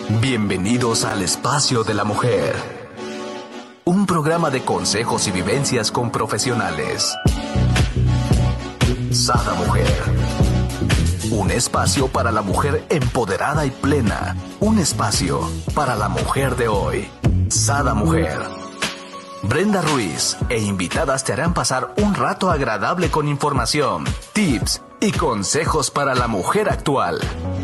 Bienvenidos al Espacio de la Mujer, un programa de consejos y vivencias con profesionales. Sada Mujer, un espacio para la mujer empoderada y plena, un espacio para la mujer de hoy. Sada Mujer. Brenda Ruiz e invitadas te harán pasar un rato agradable con información, tips y consejos para la mujer actual.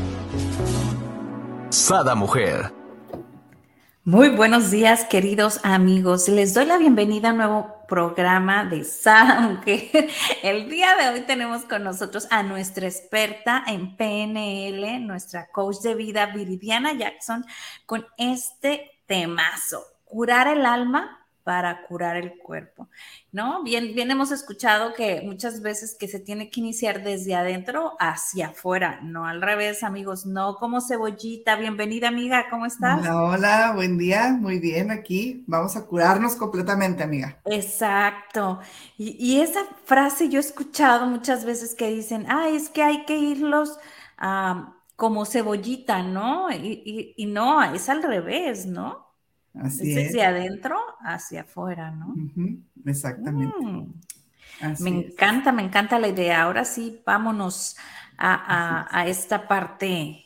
Sada Mujer. Muy buenos días, queridos amigos. Les doy la bienvenida a un nuevo programa de Sada Mujer. El día de hoy tenemos con nosotros a nuestra experta en PNL, nuestra coach de vida, Viridiana Jackson, con este temazo: curar el alma para curar el cuerpo, ¿no? Bien hemos escuchado que muchas veces que se tiene que iniciar desde adentro hacia afuera, no al revés, amigos, no como cebollita. Bienvenida, amiga, ¿cómo estás? Hola, hola, buen día, muy bien aquí. Vamos a curarnos completamente, amiga. Exacto. Y esa frase yo he escuchado muchas veces que dicen, es que hay que irlos como cebollita, ¿no? Y no, es al revés, ¿no? Es Así es. desde adentro hacia afuera, ¿no? Exactamente. Me Así es. me encanta la idea. Ahora sí, vámonos a esta parte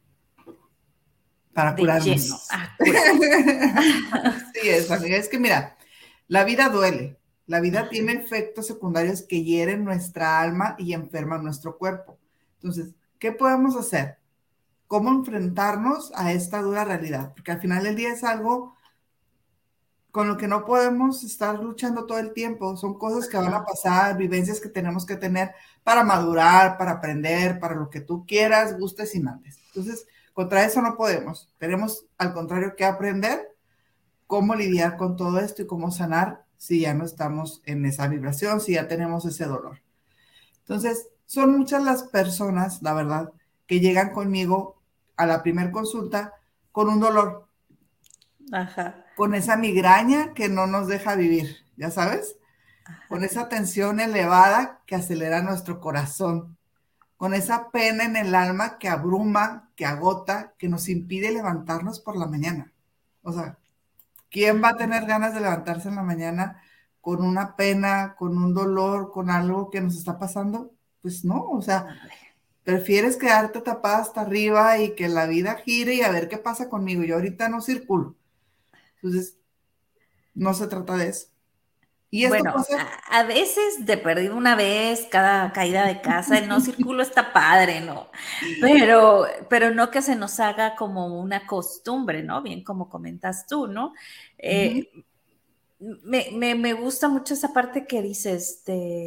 Para de lleno, curarnos. a curarnos. Así es, amiga. Es que mira, la vida duele. La vida tiene efectos secundarios que hieren nuestra alma y enferman nuestro cuerpo. Entonces, ¿qué podemos hacer? ¿Cómo enfrentarnos a esta dura realidad? Porque al final del día es algo con lo que no podemos estar luchando todo el tiempo. Son cosas que van a pasar, vivencias que tenemos que tener para madurar, para aprender, para lo que tú quieras, gustes y mandes. Entonces, contra eso no podemos. Tenemos, al contrario, que aprender cómo lidiar con todo esto y cómo sanar si ya no estamos en esa vibración, si ya tenemos ese dolor. Entonces, son muchas las personas, la verdad, que llegan conmigo a la primera consulta con un dolor. Ajá. Con esa migraña que no nos deja vivir, ¿ya sabes? Con esa tensión elevada que acelera nuestro corazón, con esa pena en el alma que abruma, que agota, que nos impide levantarnos por la mañana. O sea, ¿quién va a tener ganas de levantarse en la mañana con una pena, con un dolor, con algo que nos está pasando? Pues no, o sea, prefieres quedarte tapada hasta arriba y que la vida gire y a ver qué pasa conmigo. Yo ahorita no circulo. Entonces, no se trata de eso. Y esto Bueno, pasa, a veces de perdido una vez, cada caída de casa, el no circulo está padre, ¿no? Pero no que se nos haga como una costumbre, ¿no? Bien como comentas tú, ¿no? Eh, me gusta mucho esa parte que dices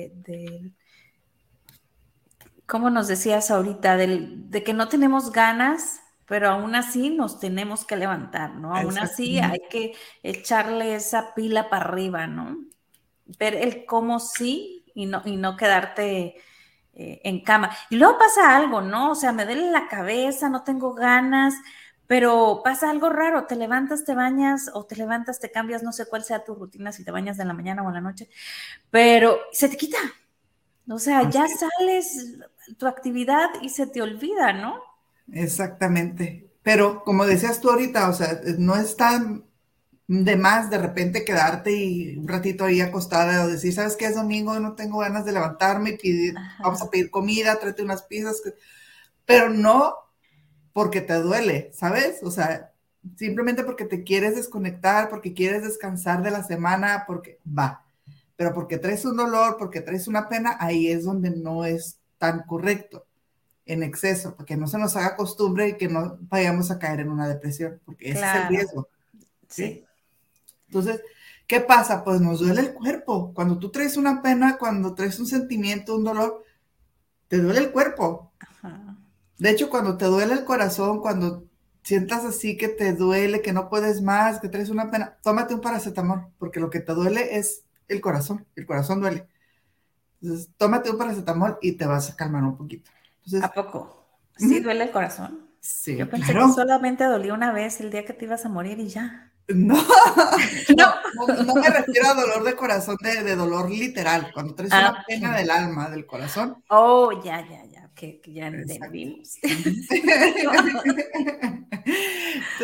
¿cómo nos decías ahorita? De que no tenemos ganas, pero aún así nos tenemos que levantar, ¿no? Aún así hay exactamente, que echarle esa pila para arriba, ¿no? Ver el cómo sí y no quedarte en cama. Y luego pasa algo, ¿no? O sea, me duele la cabeza, no tengo ganas, pero pasa algo raro, te levantas, te bañas o te levantas, te cambias, no sé cuál sea tu rutina, si te bañas en la mañana o en la noche, pero se te quita. O sea, ya así, sales tu actividad y se te olvida, ¿no? exactamente. Pero como decías tú ahorita, o sea, no es tan de más de repente quedarte y un ratito ahí acostada o decir, ¿sabes qué? Es domingo, no tengo ganas de levantarme y vamos a pedir comida, tráete unas pizzas, pero no porque te duele, ¿sabes? O sea, simplemente porque te quieres desconectar, porque quieres descansar de la semana, porque va. Pero porque traes un dolor, porque traes una pena, ahí es donde no es tan correcto, en exceso, para que no se nos haga costumbre y que no vayamos a caer en una depresión, porque ese es el Claro, riesgo, ¿sí? sí. Entonces, ¿qué pasa? Pues nos duele el cuerpo. Cuando tú traes una pena, cuando traes un sentimiento, un dolor, te duele el cuerpo. Ajá. De hecho, cuando te duele el corazón, cuando sientas así que te duele, que no puedes más, que traes una pena, tómate un paracetamol, porque lo que te duele es el corazón duele. Entonces, tómate un paracetamol y te vas a calmar un poquito. ¿A Entonces, poco? ¿Sí uh-huh, duele el corazón? Yo sí, pensé que claro. solamente dolía una vez el día que te ibas a morir y ya. No, No. no me refiero a dolor de corazón, de dolor literal, cuando traes una pena Ok. del alma, del corazón. Oh, ya, que ya Exacto. entendimos. Entonces,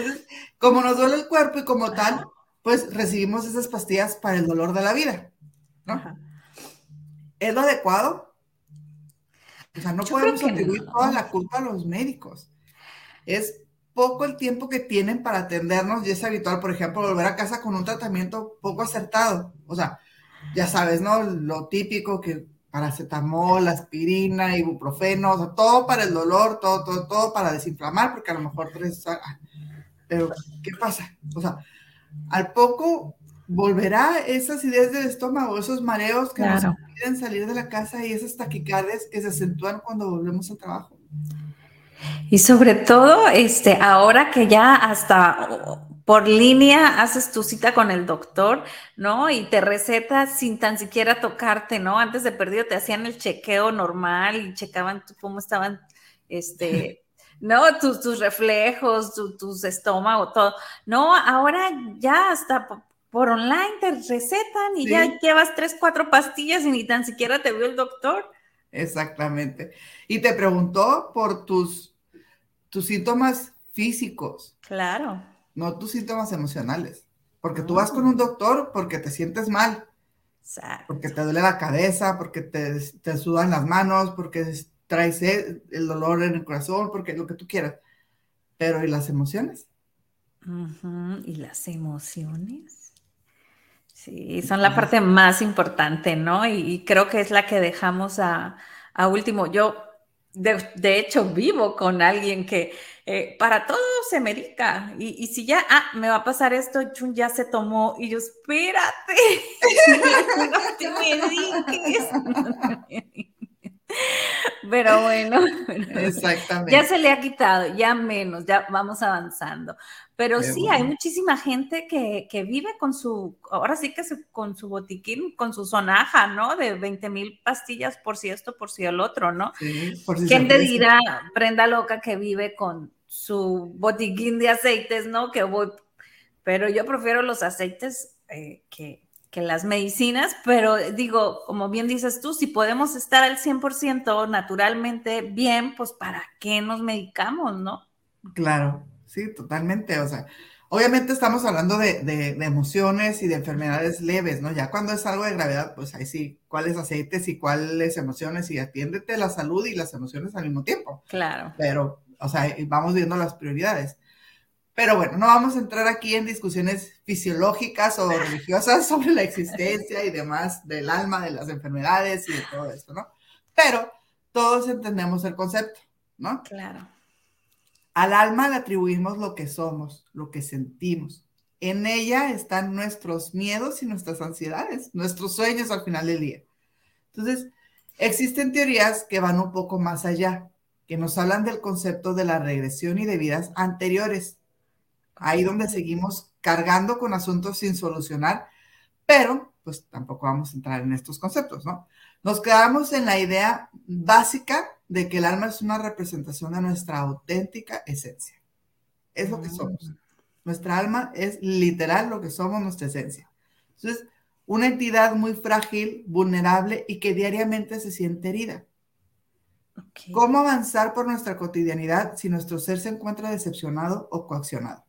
como nos duele el cuerpo y como tal, pues recibimos esas pastillas para el dolor de la vida, ¿no? Ajá. ¿Es lo adecuado? O sea, no Yo creo podemos que atribuir toda no. la culpa a los médicos. Es poco el tiempo que tienen para atendernos y es habitual, por ejemplo, volver a casa con un tratamiento poco acertado. O sea, ya sabes, ¿no? Lo típico que paracetamol, aspirina, ibuprofeno, o sea, todo para el dolor, todo para desinflamar, porque a lo mejor pero ¿qué pasa? O sea, al poco volverá esas ideas del estómago, esos mareos que nos Claro. impiden salir de la casa y esas taquicardias que se acentúan cuando volvemos al trabajo. Y sobre todo, ahora que ya hasta por línea haces tu cita con el doctor, ¿no? Y te recetas sin tan siquiera tocarte, ¿no? Antes de perdido te hacían el chequeo normal y checaban cómo estaban, ¿no? Tus reflejos, tus estómago, todo. No, ahora ya hasta por online te recetan y ya Sí, llevas 3, 4 pastillas y ni tan siquiera te vio el doctor. exactamente. Y te preguntó por tus síntomas físicos, Claro. no tus síntomas emocionales. Porque tú vas con un Mm, doctor porque te sientes mal, porque exacto. te duele la cabeza, porque te sudan las manos, porque traes el dolor en el corazón, porque lo que tú quieras. Pero ¿y las emociones? Ujú. Y las emociones, sí, son la Entonces, parte más importante, ¿no? Y creo que es la que dejamos a último. Yo, de hecho, vivo con alguien que para todo se medica. Y si ya, me va a pasar esto, chun, ya se tomó. Y yo, espérate, no te mediques. Pero bueno, ya exactamente. se le ha quitado, ya menos, ya vamos avanzando. Pero Qué sí, hay bueno. muchísima gente que vive con ahora sí que con su botiquín, con su sonaja, ¿no? De 20,000 pastillas por si esto, por si el otro, ¿no? Sí, por si se ¿Quién te ofrece. dirá, Brenda loca, que vive con su botiquín de aceites, ¿no? Pero yo prefiero los aceites que las medicinas, pero digo, como bien dices tú, si podemos estar al 100% naturalmente bien, pues ¿para qué nos medicamos, no? Claro, sí, totalmente. O sea, obviamente estamos hablando de emociones y de enfermedades leves, ¿no? Ya cuando es algo de gravedad, pues ahí sí, cuáles aceites y cuáles emociones y atiéndete la salud y las emociones al mismo tiempo. Claro. Pero, o sea, vamos viendo las prioridades. Pero bueno, no vamos a entrar aquí en discusiones fisiológicas o religiosas sobre la existencia y demás del alma, de las enfermedades y de todo esto, ¿no? Pero todos entendemos el concepto, ¿no? Claro. Al alma le atribuimos lo que somos, lo que sentimos. En ella están nuestros miedos y nuestras ansiedades, nuestros sueños al final del día. Entonces, existen teorías que van un poco más allá, que nos hablan del concepto de la regresión y de vidas anteriores, ahí Ok. donde seguimos cargando con asuntos sin solucionar, pero pues tampoco vamos a entrar en estos conceptos, ¿no? Nos quedamos en la idea básica de que el alma es una representación de nuestra auténtica esencia. Es lo que somos. Mm, Nuestra alma es literal lo que somos, nuestra esencia. Entonces, una entidad muy frágil, vulnerable y que diariamente se siente herida. ok. ¿Cómo avanzar por nuestra cotidianidad si nuestro ser se encuentra decepcionado o coaccionado?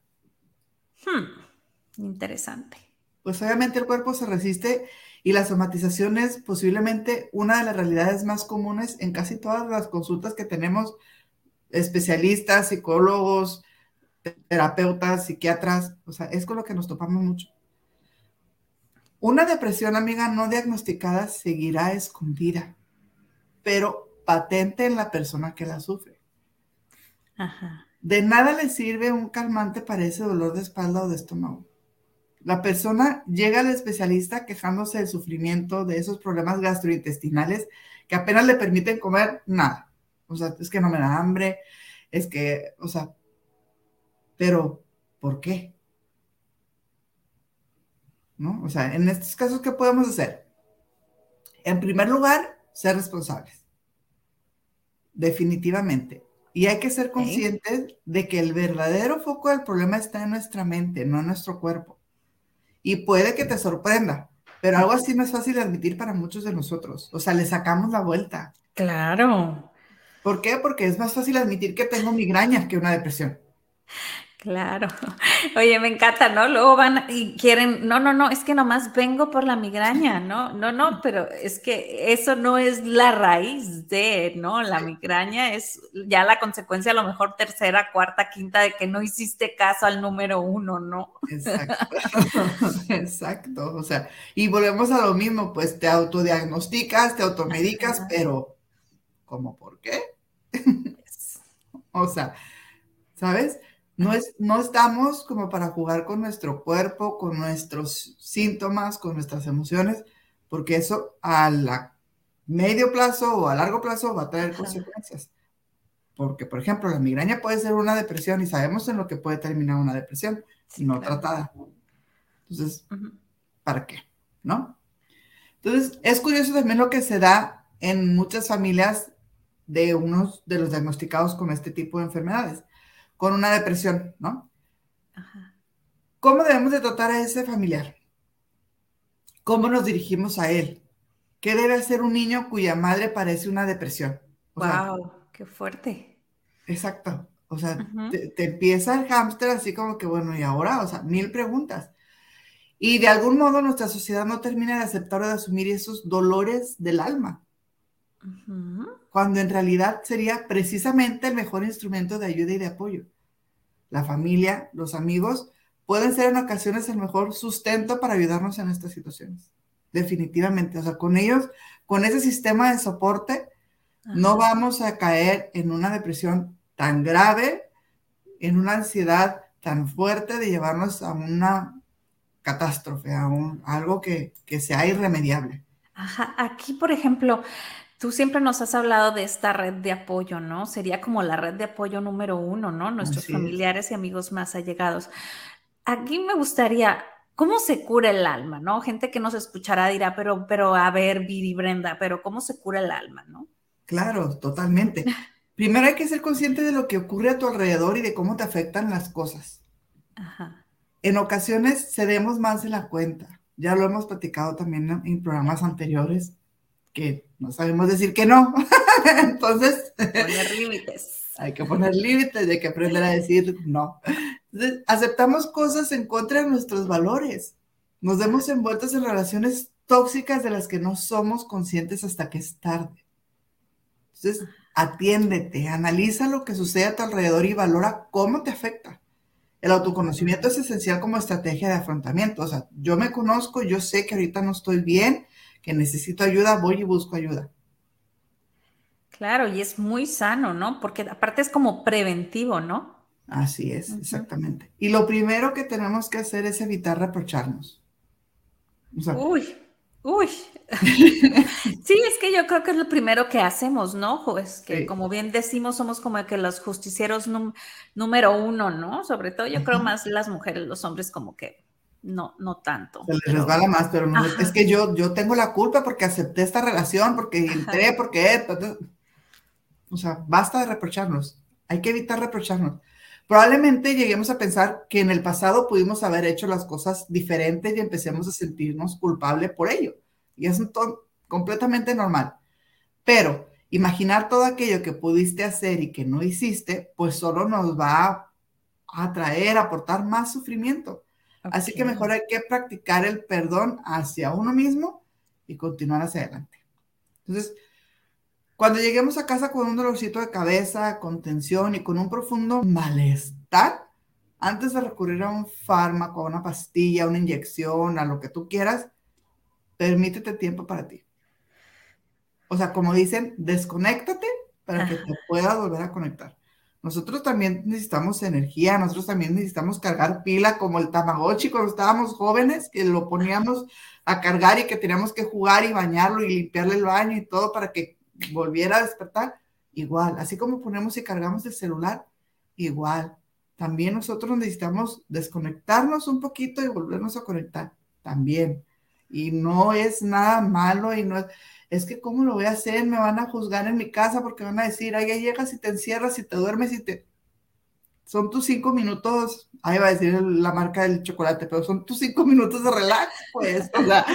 Interesante. Pues obviamente el cuerpo se resiste y la somatización es posiblemente una de las realidades más comunes en casi todas las consultas que tenemos especialistas, psicólogos, terapeutas, psiquiatras, o sea, es con lo que nos topamos mucho. Una depresión, amiga, no diagnosticada seguirá escondida, pero patente en la persona que la sufre. Ajá. De nada le sirve un calmante para ese dolor de espalda o de estómago. La persona llega al especialista quejándose del sufrimiento, de esos problemas gastrointestinales que apenas le permiten comer nada. O sea, es que no me da hambre, es que, o sea, pero ¿por qué? ¿No? O sea, en estos casos, ¿qué podemos hacer? En primer lugar, ser responsables, definitivamente. Y hay que ser Ok. conscientes de que el verdadero foco del problema está en nuestra mente, no en nuestro cuerpo. Y puede que te sorprenda, pero algo así no es fácil de admitir para muchos de nosotros. O sea, le sacamos la vuelta. Claro. ¿Por qué? Porque es más fácil admitir que tengo migraña que una depresión. Claro. Oye, me encanta, ¿no? Luego van y quieren, no, no, no, es que nomás vengo por la migraña, no, no, no, pero es que eso no es la raíz de, ¿no? La migraña es ya la consecuencia, a lo mejor tercera, cuarta, quinta, de que no hiciste caso al número uno, ¿no? Exacto, exacto. O sea, y volvemos a lo mismo, pues te autodiagnosticas, te automedicas, Ajá. pero ¿cómo por qué? O sea, ¿sabes? No estamos como para jugar con nuestro cuerpo, con nuestros síntomas, con nuestras emociones, porque eso medio plazo o a largo plazo va a traer Ajá. consecuencias. Porque, por ejemplo, la migraña puede ser una depresión y sabemos en lo que puede terminar una depresión Sí, no claro. tratada. Entonces, Ujú. ¿para qué? ¿No? Entonces, es curioso también lo que se da en muchas familias de unos de los diagnosticados con este tipo de enfermedades, con una depresión, ¿no? Ajá. ¿Cómo debemos de tratar a ese familiar? ¿Cómo nos dirigimos a él? ¿Qué debe hacer un niño cuya madre padece una depresión? O sea, Wow, qué fuerte. exacto. O sea, Ujú. te empieza el hámster así como que, bueno, ¿y ahora? O sea, mil preguntas. Y de algún modo nuestra sociedad no termina de aceptar o de asumir esos dolores del alma, Ujú. cuando en realidad sería precisamente el mejor instrumento de ayuda y de apoyo. La familia, los amigos, pueden ser en ocasiones el mejor sustento para ayudarnos en estas situaciones. Definitivamente. O sea, con ellos, con ese sistema de soporte, no Ajá. vamos a caer en una depresión tan grave, en una ansiedad tan fuerte de llevarnos a una catástrofe, algo que sea irremediable. Ajá. Aquí, por ejemplo, tú siempre nos has hablado de esta red de apoyo, ¿no? Sería como la red de apoyo número uno, ¿no? Nuestros Así es. familiares y amigos más allegados. Aquí me gustaría, ¿cómo se cura el alma, no? Gente que nos escuchará dirá, pero a ver, Viri, Brenda, pero ¿cómo se cura el alma, no? Claro, totalmente. Primero hay que ser consciente de lo que ocurre a tu alrededor y de cómo te afectan las cosas. Ajá. En ocasiones cedemos más de la cuenta. Ya lo hemos platicado también en programas anteriores, que no sabemos decir que no. Entonces, Poner límites. hay que poner límites, hay que aprender a decir no. Entonces, aceptamos cosas en contra de nuestros valores. Nos vemos envueltos en relaciones tóxicas de las que no somos conscientes hasta que es tarde. Entonces, atiéndete, analiza lo que sucede a tu alrededor y valora cómo te afecta. El autoconocimiento es esencial como estrategia de afrontamiento. O sea, yo me conozco, yo sé que ahorita no estoy bien, que necesito ayuda, voy y busco ayuda. Claro, y es muy sano, ¿no? Porque aparte es como preventivo, ¿no? Así es, Ujú. exactamente. Y lo primero que tenemos que hacer es evitar reprocharnos. O sea, Uy, uy. Sí, es que yo creo que es lo primero que hacemos, ¿no? Pues que sí, como bien decimos, somos como que los justicieros número uno, ¿no? Sobre todo yo creo más las mujeres, los hombres como que no, no se tanto, les pero resbala más, pero no, es ajá, que yo tengo la culpa porque acepté esta relación, porque entré, ajá, porque... O sea, basta de reprocharnos. Hay que evitar reprocharnos. Probablemente lleguemos a pensar que en el pasado pudimos haber hecho las cosas diferentes y empecemos a sentirnos culpables por ello. Y es completamente normal. Pero imaginar todo aquello que pudiste hacer y que no hiciste, pues solo nos va a traer, a aportar más sufrimiento. Así ok. que mejor hay que practicar el perdón hacia uno mismo y continuar hacia adelante. Entonces, cuando lleguemos a casa con un dolorcito de cabeza, con tensión y con un profundo malestar, antes de recurrir a un fármaco, a una pastilla, a una inyección, a lo que tú quieras, permítete tiempo para ti. O sea, como dicen, desconéctate para que te Ajá. puedas volver a conectar. Nosotros también necesitamos energía, nosotros también necesitamos cargar pila como el Tamagotchi cuando estábamos jóvenes, que lo poníamos a cargar y que teníamos que jugar y bañarlo y limpiarle el baño y todo para que volviera a despertar. Igual, así como ponemos y cargamos el celular, igual. También nosotros necesitamos desconectarnos un poquito y volvernos a conectar. También. Y no es nada malo y no es que ¿cómo lo voy a hacer? Me van a juzgar en mi casa porque van a decir, ay, ya llegas y te encierras y te duermes y te... Son tus 5 minutos, ahí va a decir la marca del chocolate, pero son tus 5 minutos de relax, pues, o sea,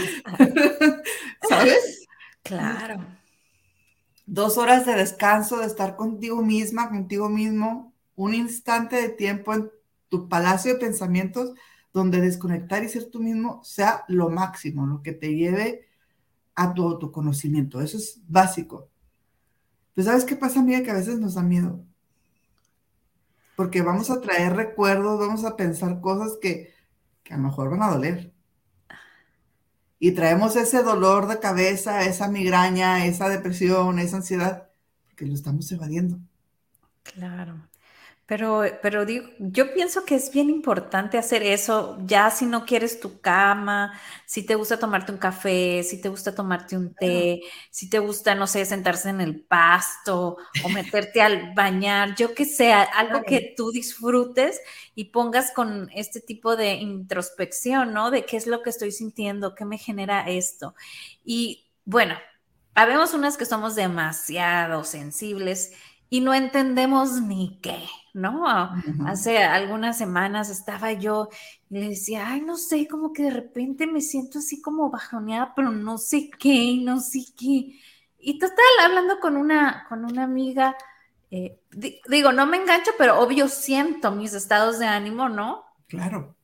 ¿sabes? Claro. 2 horas de descanso, de estar contigo misma, contigo mismo, un instante de tiempo tu palacio de pensamientos donde desconectar y ser tú mismo sea lo máximo, lo que te lleve a tu autoconocimiento. Eso es básico. Pues ¿sabes qué pasa, amiga? Que a veces nos da miedo, porque vamos a traer recuerdos, vamos a pensar cosas que a lo mejor van a doler. Y traemos ese dolor de cabeza, esa migraña, esa depresión, esa ansiedad, porque lo estamos evadiendo. Claro. Pero digo, yo pienso que es bien importante hacer eso, ya si no quieres tu cama, si te gusta tomarte un café, si te gusta tomarte un Claro, té, si te gusta, no sé, sentarse en el pasto o meterte al bañar, yo que sé, algo claro. que tú disfrutes y pongas con este tipo de introspección, ¿no? De qué es lo que estoy sintiendo, qué me genera esto. Y bueno, habemos unas que somos demasiado sensibles y no entendemos ni qué, ¿no? Ajá. Hace algunas semanas estaba yo y le decía, ay, no sé, como que de repente me siento así como bajoneada, pero no sé qué, no sé qué. Y total, hablando con una amiga, digo, no me engancho, pero obvio siento mis estados de ánimo, ¿no? Claro.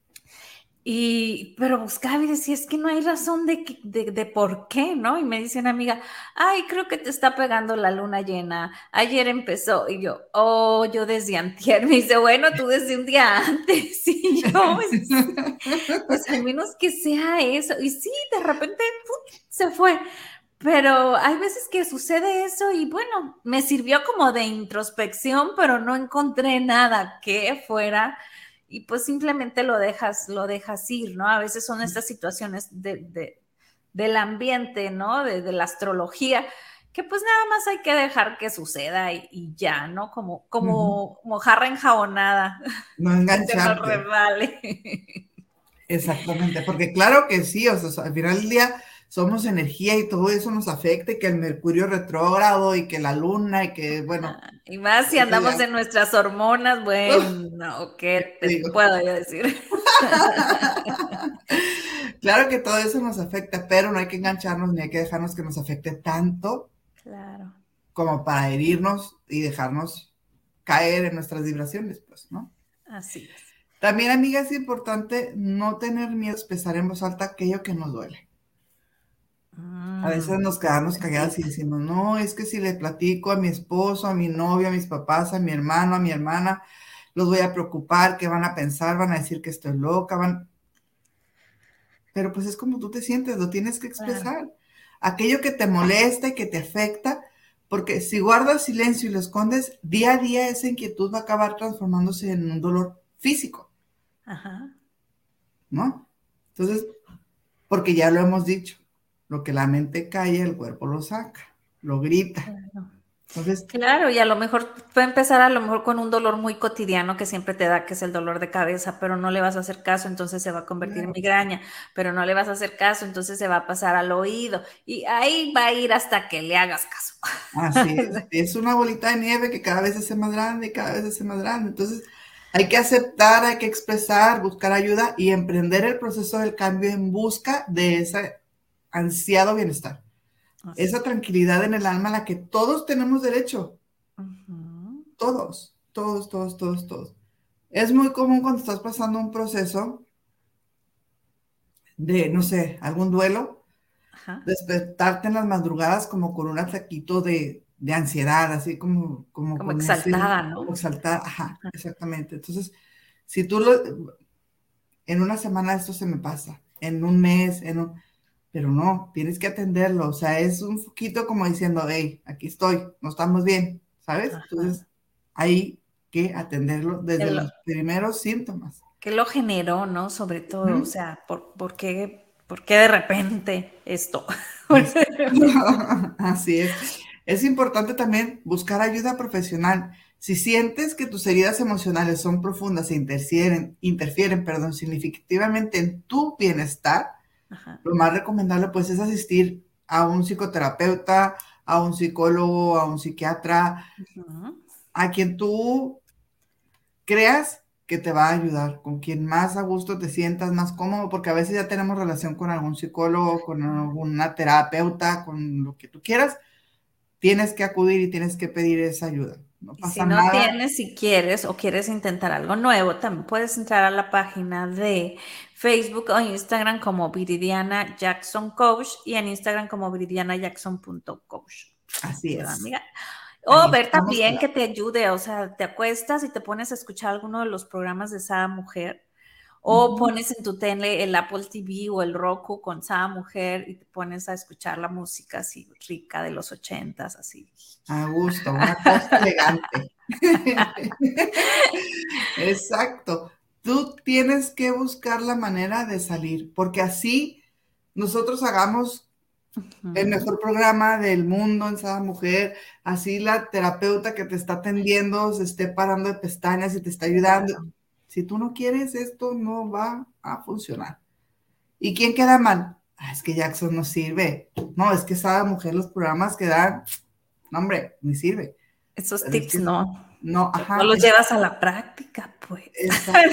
Pero buscaba y decía, es que no hay razón de por qué, ¿no? Y me dice una amiga, ay, creo que te está pegando la luna llena. Ayer empezó, y yo, oh, yo desde antier. Me dice, bueno, tú desde un día antes. Y yo, pues al menos que sea eso. Y sí, de repente, ¡pum!, se fue. Pero hay veces que sucede eso y bueno, me sirvió como de introspección, pero no encontré nada que fuera y pues simplemente lo dejas ir, ¿no? A veces son estas situaciones del ambiente, ¿no? De la astrología, que pues nada más hay que dejar que suceda y ya, ¿no? Ujú. Como mojarra enjabonada, No que se nos engancharte. resbale. Exactamente, porque claro que sí, o sea, al final del día somos energía y todo eso nos afecta, y que el Mercurio retrógrado y que la luna y que, bueno, Y más si eso andamos ya, en nuestras hormonas, uf, bueno, ¿qué ¿qué te te digo? puedo yo decir? Claro que todo eso nos afecta, pero no hay que engancharnos ni hay que dejarnos que nos afecte tanto Claro, como para herirnos y dejarnos caer en nuestras vibraciones, pues, ¿no? así es. También, amiga, es importante no tener miedo a expresar en voz alta aquello que nos duele. A veces nos quedamos Buen calladas tip. y decimos, no, es que si le platico a mi esposo, a mi novio, a mis papás, a mi hermano, a mi hermana, los voy a preocupar, ¿qué van a pensar? Van a decir que estoy loca, van... Pero pues es como tú te sientes, lo tienes que Claro, expresar. Aquello que te molesta y que te afecta, porque si guardas silencio y lo escondes, día a día esa inquietud va a acabar transformándose en un dolor físico, ajá. ¿no? Entonces, porque ya lo hemos dicho, lo que la mente calla, el cuerpo lo saca, lo grita. Claro. Entonces, Claro, y a lo mejor puede empezar a lo mejor con un dolor muy cotidiano que siempre te da, que es el dolor de cabeza, pero no le vas a hacer caso, entonces se va a convertir en claro, migraña, pero no le vas a hacer caso, entonces se va a pasar al oído y ahí va a ir hasta que le hagas caso. así es una bolita de nieve que cada vez se hace más grande y cada vez se hace más grande. Entonces, hay que aceptar, hay que expresar, buscar ayuda y emprender el proceso del cambio en busca de ese ansiado bienestar, Así esa es. tranquilidad en el alma a la que todos tenemos derecho, Ujú. todos, todos, todos, todos, todos. Es muy común cuando estás pasando un proceso de, no sé, algún duelo, Ajá. despertarte en las madrugadas como con un ataquito de ansiedad, así como Como con ese, exaltada, como ¿no? exaltar, ajá, exactamente. Entonces, si tú lo, en una semana esto se me pasa, en un mes, pero no, tienes que atenderlo, o sea, es un poquito como diciendo, hey, aquí estoy, no estamos bien, ¿sabes? Ajá. Entonces, hay que atenderlo desde El- los primeros síntomas. ¿Qué lo generó, no? Sobre todo, o Ujú. sea, por qué de repente esto? Es- Así es. Es importante también buscar ayuda profesional. Si sientes que tus heridas emocionales son profundas e interfieren, significativamente en tu bienestar, Ajá. lo más recomendable pues es asistir a un psicoterapeuta, a un psicólogo, a un psiquiatra, Ujú. a quien tú creas que te va a ayudar, con quien más a gusto te sientas, más cómodo, porque a veces ya tenemos relación con algún psicólogo, con alguna terapeuta, con lo que tú quieras, tienes que acudir y tienes que pedir esa ayuda. no Y si pasa no nada. tienes, si quieres o quieres intentar algo nuevo, también puedes entrar a la página de Facebook o Instagram como Viridiana Jackson Coach y en Instagram como viridianajackson.coach. Así ¿Verdad, es. amiga? Ahí O ver estamos. también que te ayude, o sea, te acuestas y te pones a escuchar alguno de los programas de Sada Mujer. O Ujú. pones en tu tele el Apple TV o el Roku con Sada Mujer y te pones a escuchar la música así rica de los 80s, así. A gusto, una cosa elegante. Exacto. Tú tienes que buscar la manera de salir, porque así nosotros hagamos el mejor programa del mundo en Sada Mujer, así la terapeuta que te está atendiendo se esté parando de pestañas y te está ayudando. Claro. Si tú no quieres, esto no va a funcionar. ¿Y quién queda mal? Ah, es que Jackson no sirve. No, es que Sada Mujer, los programas que dan, no, hombre, ni sirve. Esos Pero es tips que no, no, no ajá, los llevas a la práctica, pues. exacto.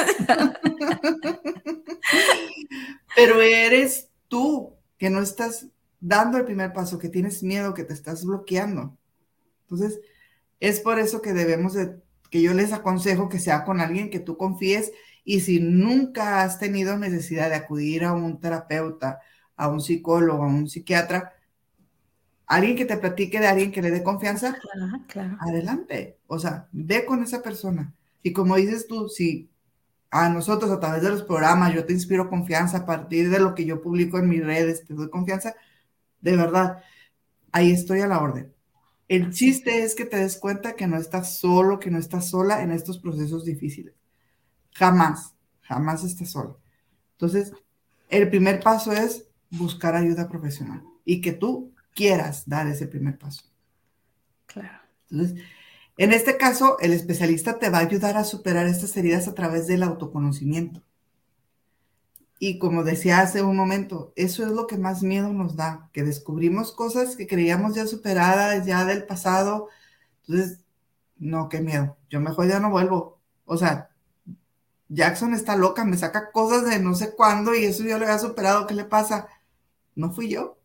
Pero eres tú que no estás dando el primer paso, que tienes miedo, que te estás bloqueando. Entonces, es por eso que que yo les aconsejo que sea con alguien que tú confíes y si nunca has tenido necesidad de acudir a un terapeuta, a un psicólogo, a un psiquiatra, alguien que te platique de alguien que le dé confianza, Claro, claro. adelante. O sea, ve con esa persona. Y como dices tú, si a nosotros a través de los programas yo te inspiro confianza a partir de lo que yo publico en mis redes, te doy confianza, de verdad, ahí estoy a la orden. El Así. chiste es que te des cuenta que no estás solo, que no estás sola en estos procesos difíciles. Jamás, jamás estás solo. Entonces, el primer paso es buscar ayuda profesional y que tú quieras dar ese primer paso. Claro. Entonces, en este caso, el especialista te va a ayudar a superar estas heridas a través del autoconocimiento. Y como decía hace un momento, eso es lo que más miedo nos da, que descubrimos cosas que creíamos ya superadas, ya del pasado. Entonces, no, qué miedo, yo mejor ya no vuelvo. O sea, Jackson está loca, me saca cosas de no sé cuándo y eso ya lo había superado, ¿qué le pasa? No fui yo,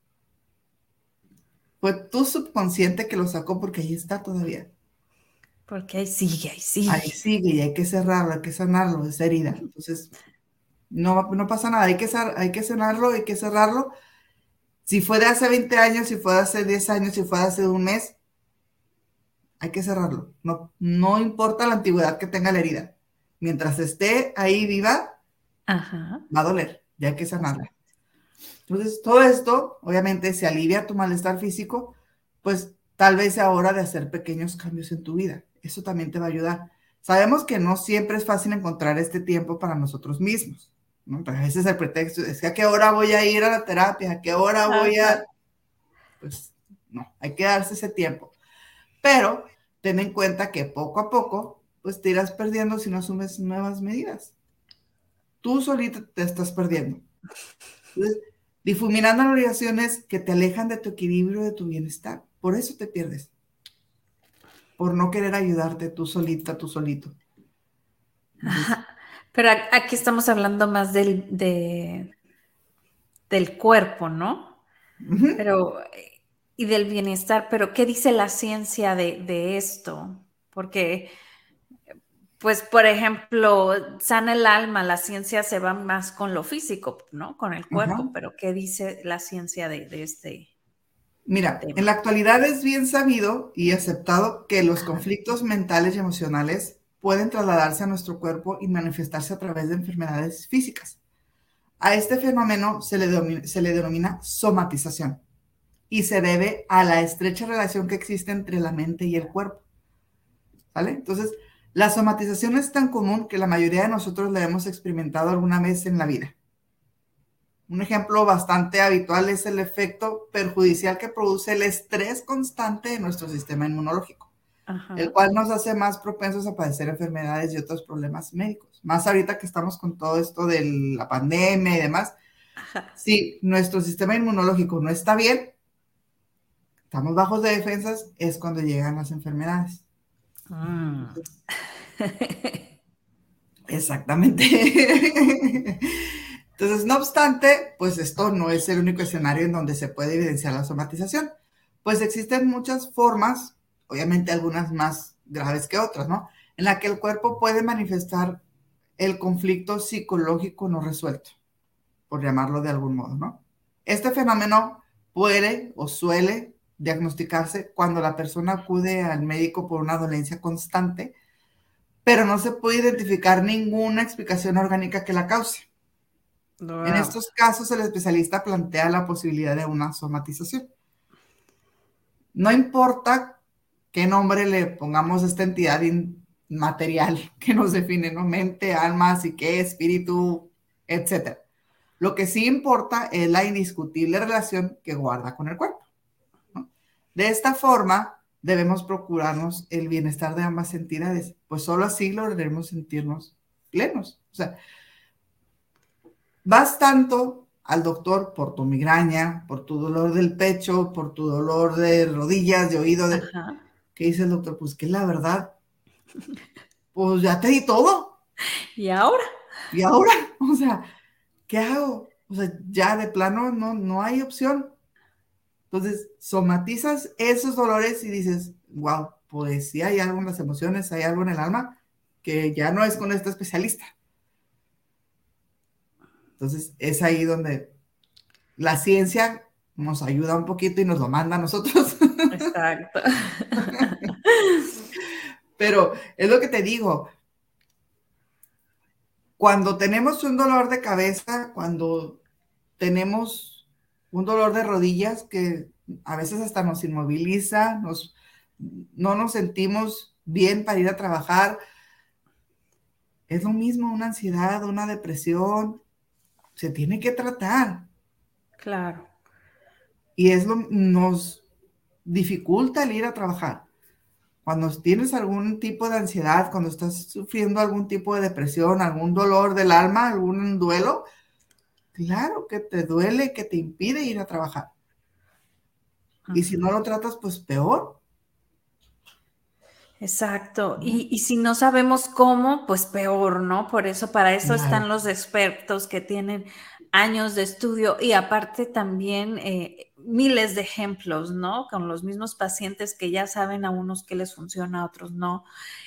fue tu subconsciente que lo sacó porque ahí está todavía. Porque ahí sigue, ahí Ahí sigue. sigue y hay que cerrarlo, hay que sanarlo, esa herida. Entonces, no pasa nada, hay que sanarlo, hay que cerrarlo. Si fue de hace 20 años, si fue de hace 10 años, si fue de hace un mes, hay que cerrarlo. No, no importa la antigüedad que tenga la herida. Mientras esté ahí viva, Ajá. va a doler, ya hay que sanarla. Entonces, todo esto, obviamente, se alivia tu malestar físico, pues tal vez sea hora de hacer pequeños cambios en tu vida. Eso también te va a ayudar. Sabemos que no siempre es fácil encontrar este tiempo para nosotros mismos, ¿no? Pero a veces el pretexto es que a qué hora voy a ir a la terapia, a qué hora voy Ajá. a... Pues no, hay que darse ese tiempo. Pero ten en cuenta que poco a poco, pues te irás perdiendo si no asumes nuevas medidas. Tú solito te estás perdiendo. Entonces, difuminando las relaciones que te alejan de tu equilibrio, de tu bienestar. Por eso te pierdes. Por no querer ayudarte tú solita, tú solito. Entonces, Ajá. Pero aquí estamos hablando más del cuerpo, ¿no? ujú, Pero, y del bienestar, pero ¿qué dice la ciencia de esto? Porque, pues, por ejemplo, sana el alma, la ciencia se va más con lo físico, ¿no? Con el cuerpo, ajá. pero ¿qué dice la ciencia de este Mira, en tema? la actualidad es bien sabido y aceptado que los Ajá. conflictos mentales y emocionales pueden trasladarse a nuestro cuerpo y manifestarse a través de enfermedades físicas. A este fenómeno se le denomina somatización y se debe a la estrecha relación que existe entre la mente y el cuerpo. ¿Vale? Entonces, la somatización es tan común que la mayoría de nosotros la hemos experimentado alguna vez en la vida. Un ejemplo bastante habitual es el efecto perjudicial que produce el estrés constante de nuestro sistema inmunológico, el Ajá. cual nos hace más propensos a padecer enfermedades y otros problemas médicos. Más ahorita que estamos con todo esto de la pandemia y demás, Ajá. si nuestro sistema inmunológico no está bien, estamos bajos de defensas, es cuando llegan las enfermedades. Mm. Exactamente. Entonces, no obstante, pues esto no es el único escenario en donde se puede evidenciar la somatización, pues existen muchas formas obviamente algunas más graves que otras, ¿no? En la que el cuerpo puede manifestar el conflicto psicológico no resuelto, por llamarlo de algún modo, ¿no? Este fenómeno puede o suele diagnosticarse cuando la persona acude al médico por una dolencia constante, pero no se puede identificar ninguna explicación orgánica que la cause. Wow. En estos casos, el especialista plantea la posibilidad de una somatización. No importa qué nombre le pongamos a esta entidad inmaterial que nos define, ¿no? Mente, alma, psique, espíritu, etc. Lo que sí importa es la indiscutible relación que guarda con el cuerpo, ¿no? De esta forma, debemos procurarnos el bienestar de ambas entidades, pues solo así lograremos sentirnos plenos. O sea, vas tanto al doctor por tu migraña, por tu dolor del pecho, por tu dolor de rodillas, de oído, ¿qué dice el doctor? Pues que la verdad, pues ya te di todo. ¿Y ahora? ¿Y ahora? O sea, ¿qué hago? O sea, ya de plano no hay opción. Entonces, somatizas esos dolores y dices, wow, pues sí hay algo en las emociones, hay algo en el alma que ya no es con este especialista. Entonces, es ahí donde la ciencia nos ayuda un poquito y nos lo manda a nosotros. Exacto. Pero es lo que te digo, cuando tenemos un dolor de cabeza, cuando tenemos un dolor de rodillas que a veces hasta nos inmoviliza, no nos sentimos bien para ir a trabajar, es lo mismo una ansiedad, una depresión, se tiene que tratar. Claro. Y nos dificulta el ir a trabajar. Cuando tienes algún tipo de ansiedad, cuando estás sufriendo algún tipo de depresión, algún dolor del alma, algún duelo, claro que te duele, que te impide ir a trabajar. Y si no lo tratas, pues peor. Exacto. Y si no sabemos cómo, pues peor, ¿no? Por eso, para eso Claro. están los expertos que tienen años de estudio y aparte también miles de ejemplos, ¿no? Con los mismos pacientes que ya saben a unos qué les funciona, a otros no.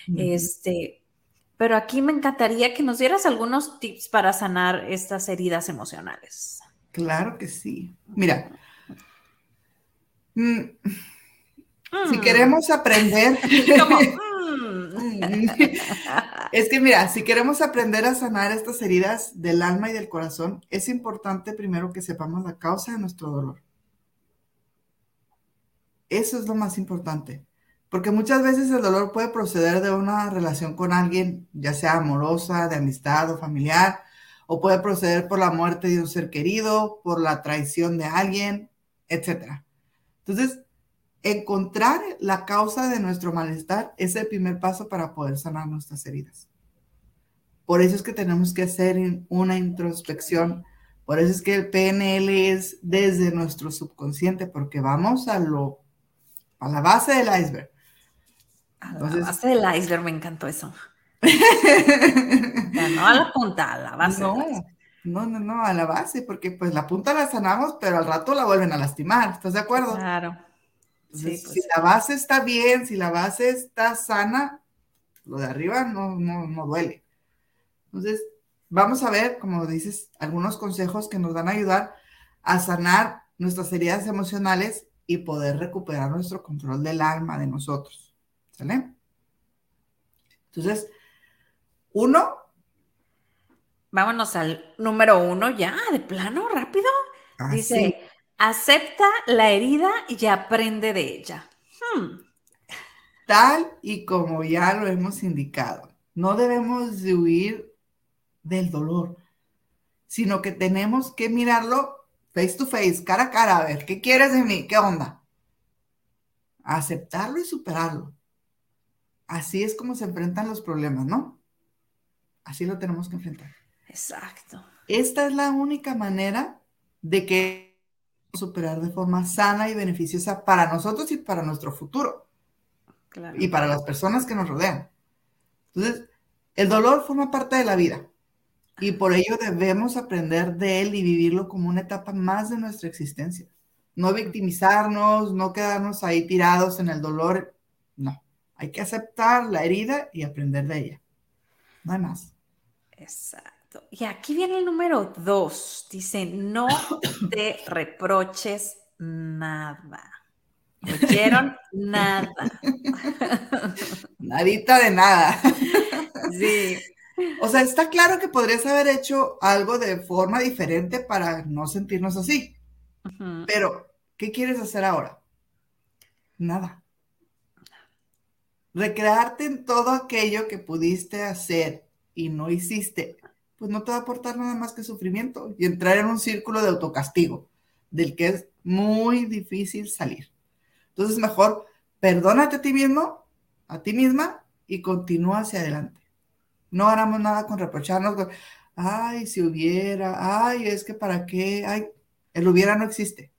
Pero aquí me encantaría que nos dieras algunos tips para sanar estas heridas emocionales. Claro que sí. Mira, si queremos aprender... Es que mira, si queremos aprender a sanar estas heridas del alma y del corazón, es importante primero que sepamos la causa de nuestro dolor. Eso es lo más importante, porque muchas veces el dolor puede proceder de una relación con alguien, ya sea amorosa, de amistad o familiar, o puede proceder por la muerte de un ser querido, por la traición de alguien, etc. Entonces, encontrar la causa de nuestro malestar es el primer paso para poder sanar nuestras heridas. Por eso es que tenemos que hacer una introspección. Por eso es que el PNL es desde nuestro subconsciente, porque vamos a la base del iceberg. Entonces, la base del iceberg, me encantó eso. No a la punta, a la base. No, a la base, porque pues la punta la sanamos, pero al rato la vuelven a lastimar. ¿Estás de acuerdo? Claro. Entonces, sí, pues, si la base está bien, si la base está sana, lo de arriba no duele. Entonces, vamos a ver, como dices, algunos consejos que nos van a ayudar a sanar nuestras heridas emocionales y poder recuperar nuestro control del alma de nosotros. ¿Sale? Entonces, vámonos al número 1 ya, de plano, rápido. Dice, sí. acepta la herida y aprende de ella. Tal y como ya lo hemos indicado, no debemos de huir del dolor, sino que tenemos que mirarlo face to face, cara a cara, a ver, ¿qué quieres de mí? ¿Qué onda? Aceptarlo y superarlo. Así es como se enfrentan los problemas, ¿no? Así lo tenemos que enfrentar. Exacto. Esta es la única manera de que superar de forma sana y beneficiosa para nosotros y para nuestro futuro. Claro. Y para las personas que nos rodean. Entonces, el dolor forma parte de la vida y por ello debemos aprender de él y vivirlo como una etapa más de nuestra existencia. No victimizarnos, no quedarnos ahí tirados en el dolor. No, hay que aceptar la herida y aprender de ella. No hay más. Exacto. Y aquí viene el número 2. Dice, no te reproches nada. ¿Oyeron? Nada. Nadita de nada. Sí. O sea, está claro que podrías haber hecho algo de forma diferente para no sentirnos así. Ujú. Pero, ¿qué quieres hacer ahora? Nada. Recrearte en todo aquello que pudiste hacer y no hiciste, pues no te va a aportar nada más que sufrimiento y entrar en un círculo de autocastigo, del que es muy difícil salir. Entonces, mejor perdónate a ti mismo, a ti misma, y continúa hacia adelante. No haremos nada con reprocharnos, ay, si hubiera, ay, es que para qué, ay, el hubiera no existe.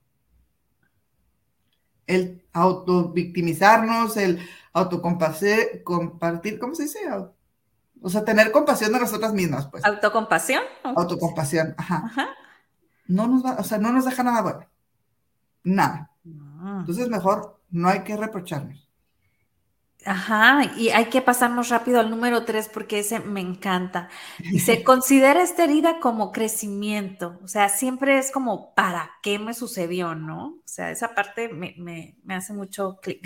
El autovictimizarnos, el compartir, ¿cómo se dice? O sea, tener compasión de nosotras mismas, pues. ¿Autocompasión? Autocompasión, ajá. Ajá. No nos va, o sea, no nos deja nada bueno. Nada. No. Entonces, mejor no hay que reprocharnos. Ajá, y hay que pasarnos rápido al número 3 porque ese me encanta. Dice, considera esta herida como crecimiento. O sea, siempre es como, ¿para qué me sucedió, no? O sea, esa parte me hace mucho clic.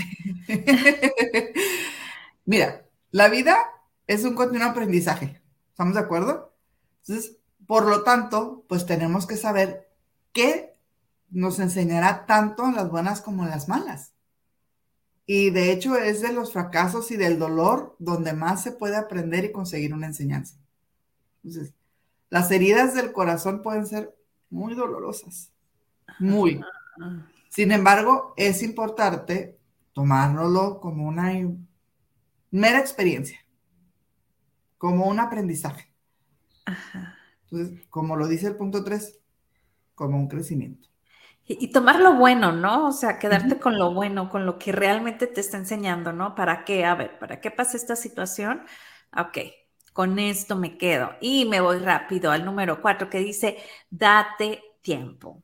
Mira, la vida es un continuo aprendizaje. ¿Estamos de acuerdo? Entonces, por lo tanto, pues tenemos que saber qué nos enseñará tanto en las buenas como en las malas. Y de hecho es de los fracasos y del dolor donde más se puede aprender y conseguir una enseñanza. Entonces, las heridas del corazón pueden ser muy dolorosas, muy. Sin embargo, es importante tomárnoslo como una mera experiencia, como un aprendizaje. Ajá. Entonces, como lo dice el punto 3, como un crecimiento. Y tomar lo bueno, ¿no? O sea, quedarte Ujú. con lo bueno, con lo que realmente te está enseñando, ¿no? ¿Para qué? A ver, ¿para qué pasa esta situación? Ok, con esto me quedo. Y me voy rápido al número 4 que dice, date tiempo.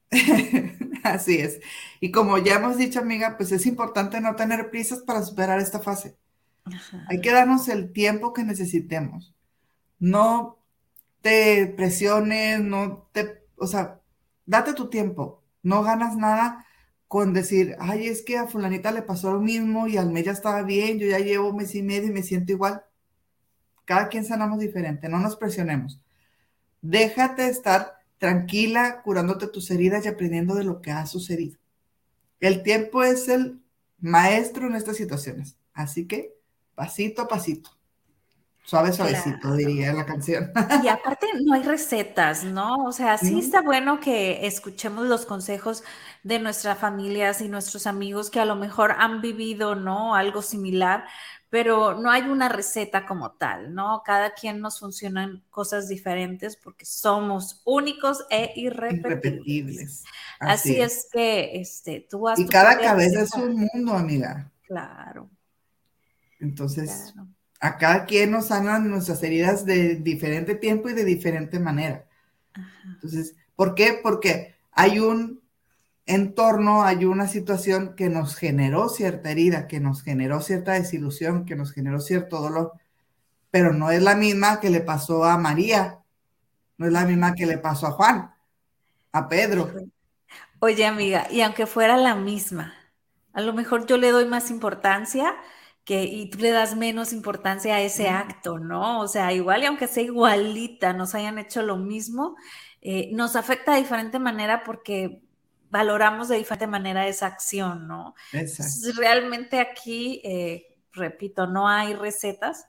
Así es. Y como ya hemos dicho, amiga, pues es importante no tener prisas para superar esta fase. Hay que darnos el tiempo que necesitemos. No te presiones, o sea, date tu tiempo. No ganas nada con decir, ay, es que a fulanita le pasó lo mismo y al mes ya estaba bien, yo ya llevo un mes y medio y me siento igual. Cada quien sanamos diferente, no nos presionemos. Déjate estar tranquila, curándote tus heridas y aprendiendo de lo que ha sucedido. El tiempo es el maestro en estas situaciones. Así que, pasito a pasito. Suave, suavecito, Claro. diría la canción. Y aparte no hay recetas, ¿no? O sea, sí ¿No? está bueno que escuchemos los consejos de nuestras familias y nuestros amigos que a lo mejor han vivido, ¿no? Algo similar, pero no hay una receta como tal, ¿no? Cada quien nos funcionan cosas diferentes porque somos únicos e irrepetibles. Irrepetibles. Así Así es. es que, tú haz Y tu cada propia cabeza es receta. un mundo, amiga. Claro, Entonces, claro. a cada quien nos sanan nuestras heridas de diferente tiempo y de diferente manera. Entonces, ¿por qué? Porque hay un entorno, hay una situación que nos generó cierta herida, que nos generó cierta desilusión, que nos generó cierto dolor, pero no es la misma que le pasó a María, no es la misma que le pasó a Juan, a Pedro. Oye, amiga, y aunque fuera la misma, a lo mejor yo le doy más importancia y tú le das menos importancia a ese acto, ¿no? O sea, igual y aunque sea igualita, nos hayan hecho lo mismo, nos afecta de diferente manera porque valoramos de diferente manera esa acción, ¿no? Exacto. Entonces, realmente aquí, repito, no hay recetas,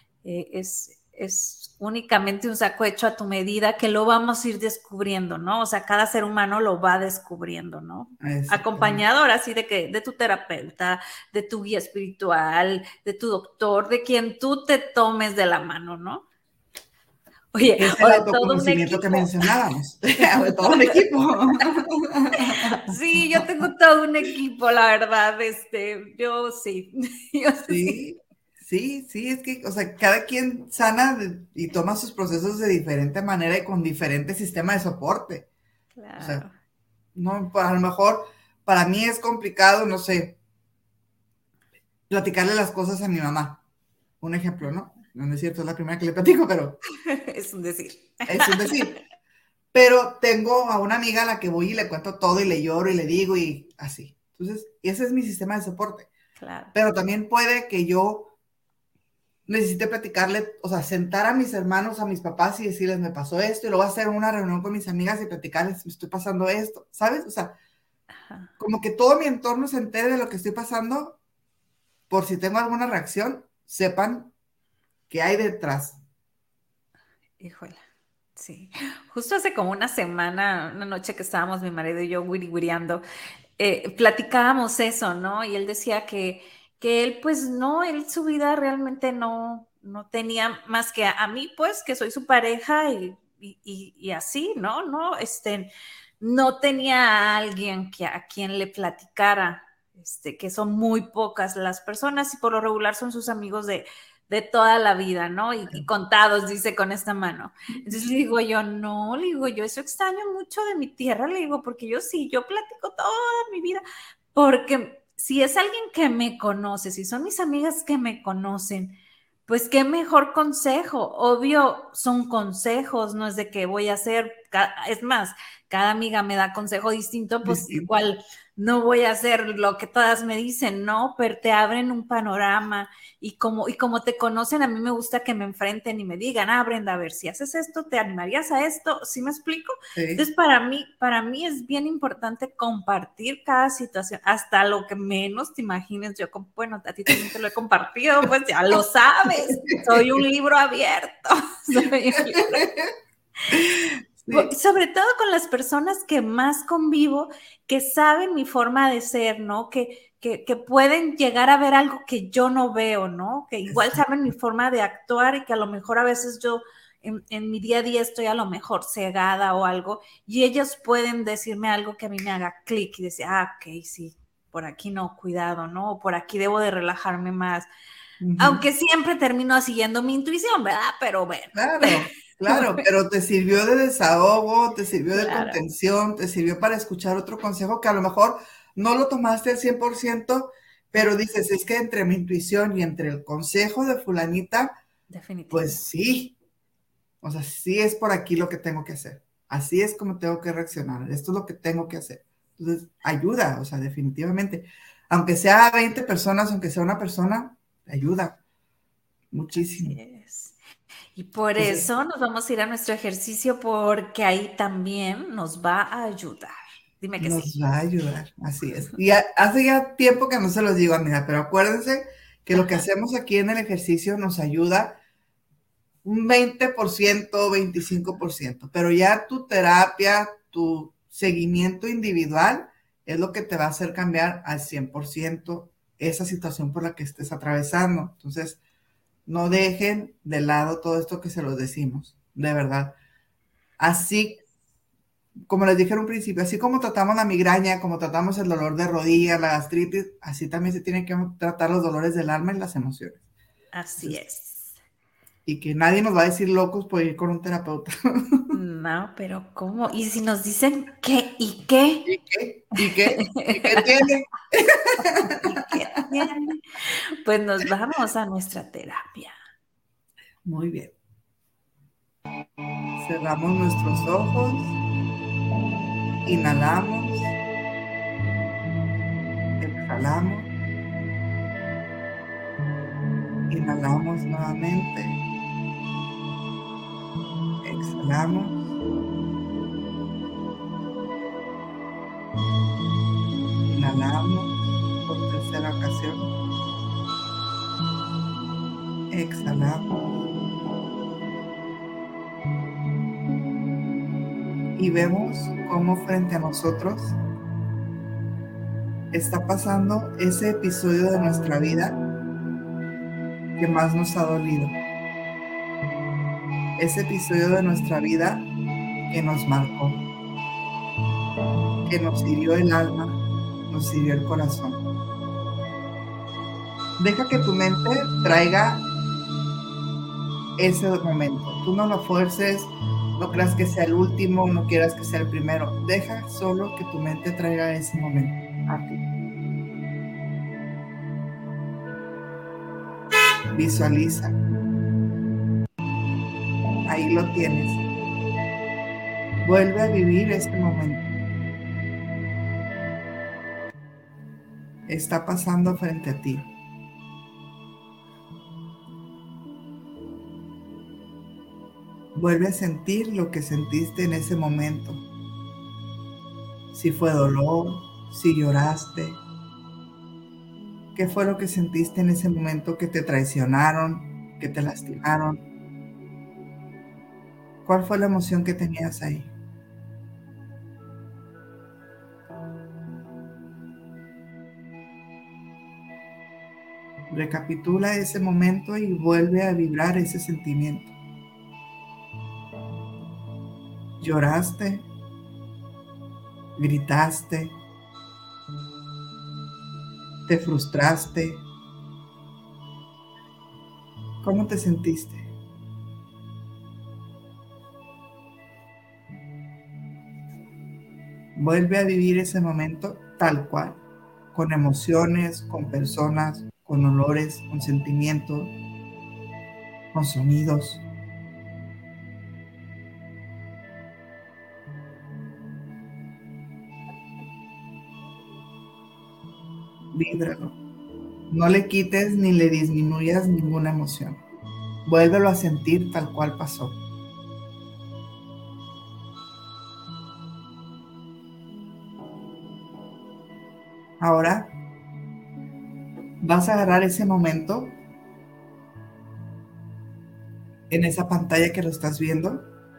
es únicamente un saco hecho a tu medida que lo vamos a ir descubriendo, ¿no? O sea, cada ser humano lo va descubriendo, ¿no? Exactamente. Acompañador así de que de tu terapeuta, de tu guía espiritual, de tu doctor, de quien tú te tomes de la mano, ¿no? Oye, Es o el de todo un autoconocimiento que equipo. mencionábamos, de todo un equipo. Sí, yo tengo todo un equipo, la verdad, yo sí, yo sí. Sí, sí, sí, es que, o sea, cada quien sana y toma sus procesos de diferente manera y con diferente sistema de soporte. O sea, Claro. no, a lo mejor para mí es complicado, no sé, platicarle las cosas a mi mamá. Un ejemplo, ¿no? No es cierto, es la primera que le platico, pero Es un decir. es un decir. Pero tengo a una amiga a la que voy y le cuento todo y le lloro y le digo y así. Entonces, ese es mi sistema de soporte. Claro. Pero también puede que yo necesite platicarle, o sea, sentar a mis hermanos, a mis papás y decirles, me pasó esto, y luego hacer una reunión con mis amigas y platicarles, me estoy pasando esto, ¿sabes? O sea, Ajá. como que todo mi entorno se entere de lo que estoy pasando, por si tengo alguna reacción, sepan qué hay detrás. Híjole. Sí. Justo hace como una semana, una noche que estábamos mi marido y yo wiri platicábamos eso, ¿no? Y él decía que él, pues no, él su vida realmente no tenía más que a mí, pues, que soy su pareja y así, ¿no? No, no tenía a alguien a quien le platicara, que son muy pocas las personas y por lo regular son sus amigos de toda la vida, ¿no? Y contados, dice con esta mano. Entonces le digo yo, no, le digo yo, eso extraño mucho de mi tierra, le digo, porque yo sí, yo platico toda mi vida, porque si es alguien que me conoce, si son mis amigas que me conocen, pues qué mejor consejo. Obvio, son consejos, no es de que voy a hacer, es más, cada amiga me da consejo distinto, pues Distinto. igual no voy a hacer lo que todas me dicen, no, pero te abren un panorama y como te conocen, a mí me gusta que me enfrenten y me digan, Brenda, a ver, si haces esto, ¿te animarías a esto? ¿Sí me explico? Sí. Entonces, para mí es bien importante compartir cada situación, hasta lo que menos te imagines. Yo, bueno, a ti también te lo he compartido, pues ya lo sabes, soy un libro abierto. Soy un libro. Sí. Sobre todo con las personas que más convivo, que saben mi forma de ser, ¿no? Que pueden llegar a ver algo que yo no veo, ¿no? Que igual saben mi forma de actuar y que a lo mejor a veces yo en mi día a día estoy a lo mejor cegada o algo y ellos pueden decirme algo que a mí me haga clic y decir, ok, sí, por aquí no, cuidado, ¿no? O por aquí debo de relajarme más. Aunque siempre termino siguiendo mi intuición, ¿verdad? Pero bueno. Claro, pero te sirvió de desahogo, te sirvió de Claro. contención, te sirvió para escuchar otro consejo que a lo mejor no lo tomaste al 100%, pero dices, es que entre mi intuición y entre el consejo de fulanita, pues sí, o sea, sí es por aquí lo que tengo que hacer, así es como tengo que reaccionar, esto es lo que tengo que hacer. Entonces, ayuda, o sea, definitivamente. Aunque sea 20 personas, aunque sea una persona, ayuda muchísimo. Así es. Y por eso nos vamos a ir a nuestro ejercicio porque ahí también nos va a ayudar. Dime que nos sí. va a ayudar, así es. Y hace ya tiempo que no se los digo, amiga, pero acuérdense que lo que hacemos aquí en el ejercicio nos ayuda un 20%, 25%, pero ya tu terapia, tu seguimiento individual es lo que te va a hacer cambiar al 100% esa situación por la que estés atravesando. Entonces, no dejen de lado todo esto que se los decimos, de verdad. Así como les dije en un principio, así como tratamos la migraña, como tratamos el dolor de rodilla, la gastritis, así también se tienen que tratar los dolores del alma y las emociones. Así es. Y que nadie nos va a decir locos por ir con un terapeuta. No, pero ¿cómo? ¿Y si nos dicen qué y qué? ¿Y qué? ¿Y qué? ¿Y qué tiene? ¿Y qué tiene? Pues nos vamos a nuestra terapia. Muy bien. Cerramos nuestros ojos. Inhalamos. Exhalamos. Inhalamos nuevamente. Exhalamos. Inhalamos por tercera ocasión. Exhalamos. Y vemos cómo frente a nosotros está pasando ese episodio de nuestra vida que más nos ha dolido. Ese episodio de nuestra vida que nos marcó, que nos hirió el alma, nos hirió el corazón. Deja que tu mente traiga ese momento. Tú no lo fuerces, no creas que sea el último, no quieras que sea el primero. Deja solo que tu mente traiga ese momento a ti. Visualiza. Ahí lo tienes. Vuelve a vivir este momento. Está pasando frente a ti. Vuelve a sentir lo que sentiste en ese momento. Si fue dolor, si lloraste. ¿Qué fue lo que sentiste en ese momento que te traicionaron, que te lastimaron? ¿Cuál fue la emoción que tenías ahí? Recapitula ese momento y vuelve a vibrar ese sentimiento. ¿Lloraste? ¿Gritaste? ¿Te frustraste? ¿Cómo te sentiste? Vuelve a vivir ese momento tal cual, con emociones, con personas, con olores, con sentimientos, con sonidos. Víbralo. No le quites ni le disminuyas ninguna emoción. Vuélvelo a sentir tal cual pasó. Ahora vas a agarrar ese momento en esa pantalla que lo estás viendo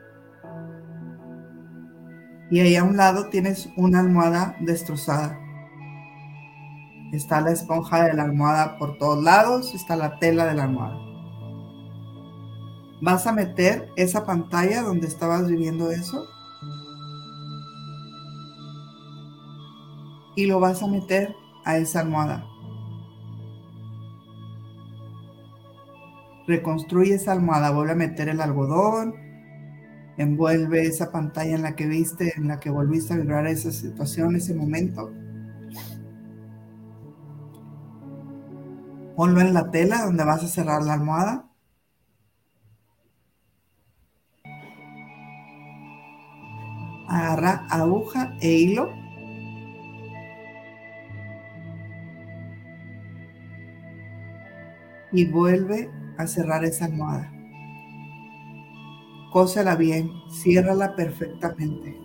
y ahí a un lado tienes una almohada destrozada. Está la esponja de la almohada por todos lados, está la tela de la almohada. Vas a meter esa pantalla donde estabas viviendo eso y lo vas a meter a esa almohada. Reconstruye esa almohada, vuelve a meter el algodón, envuelve esa pantalla en la que viste, en la que volviste a vibrar esa situación, ese momento. Ponlo en la tela donde vas a cerrar la almohada. Agarra aguja e hilo. Y vuelve a cerrar esa almohada. Cósela bien, ciérrala perfectamente.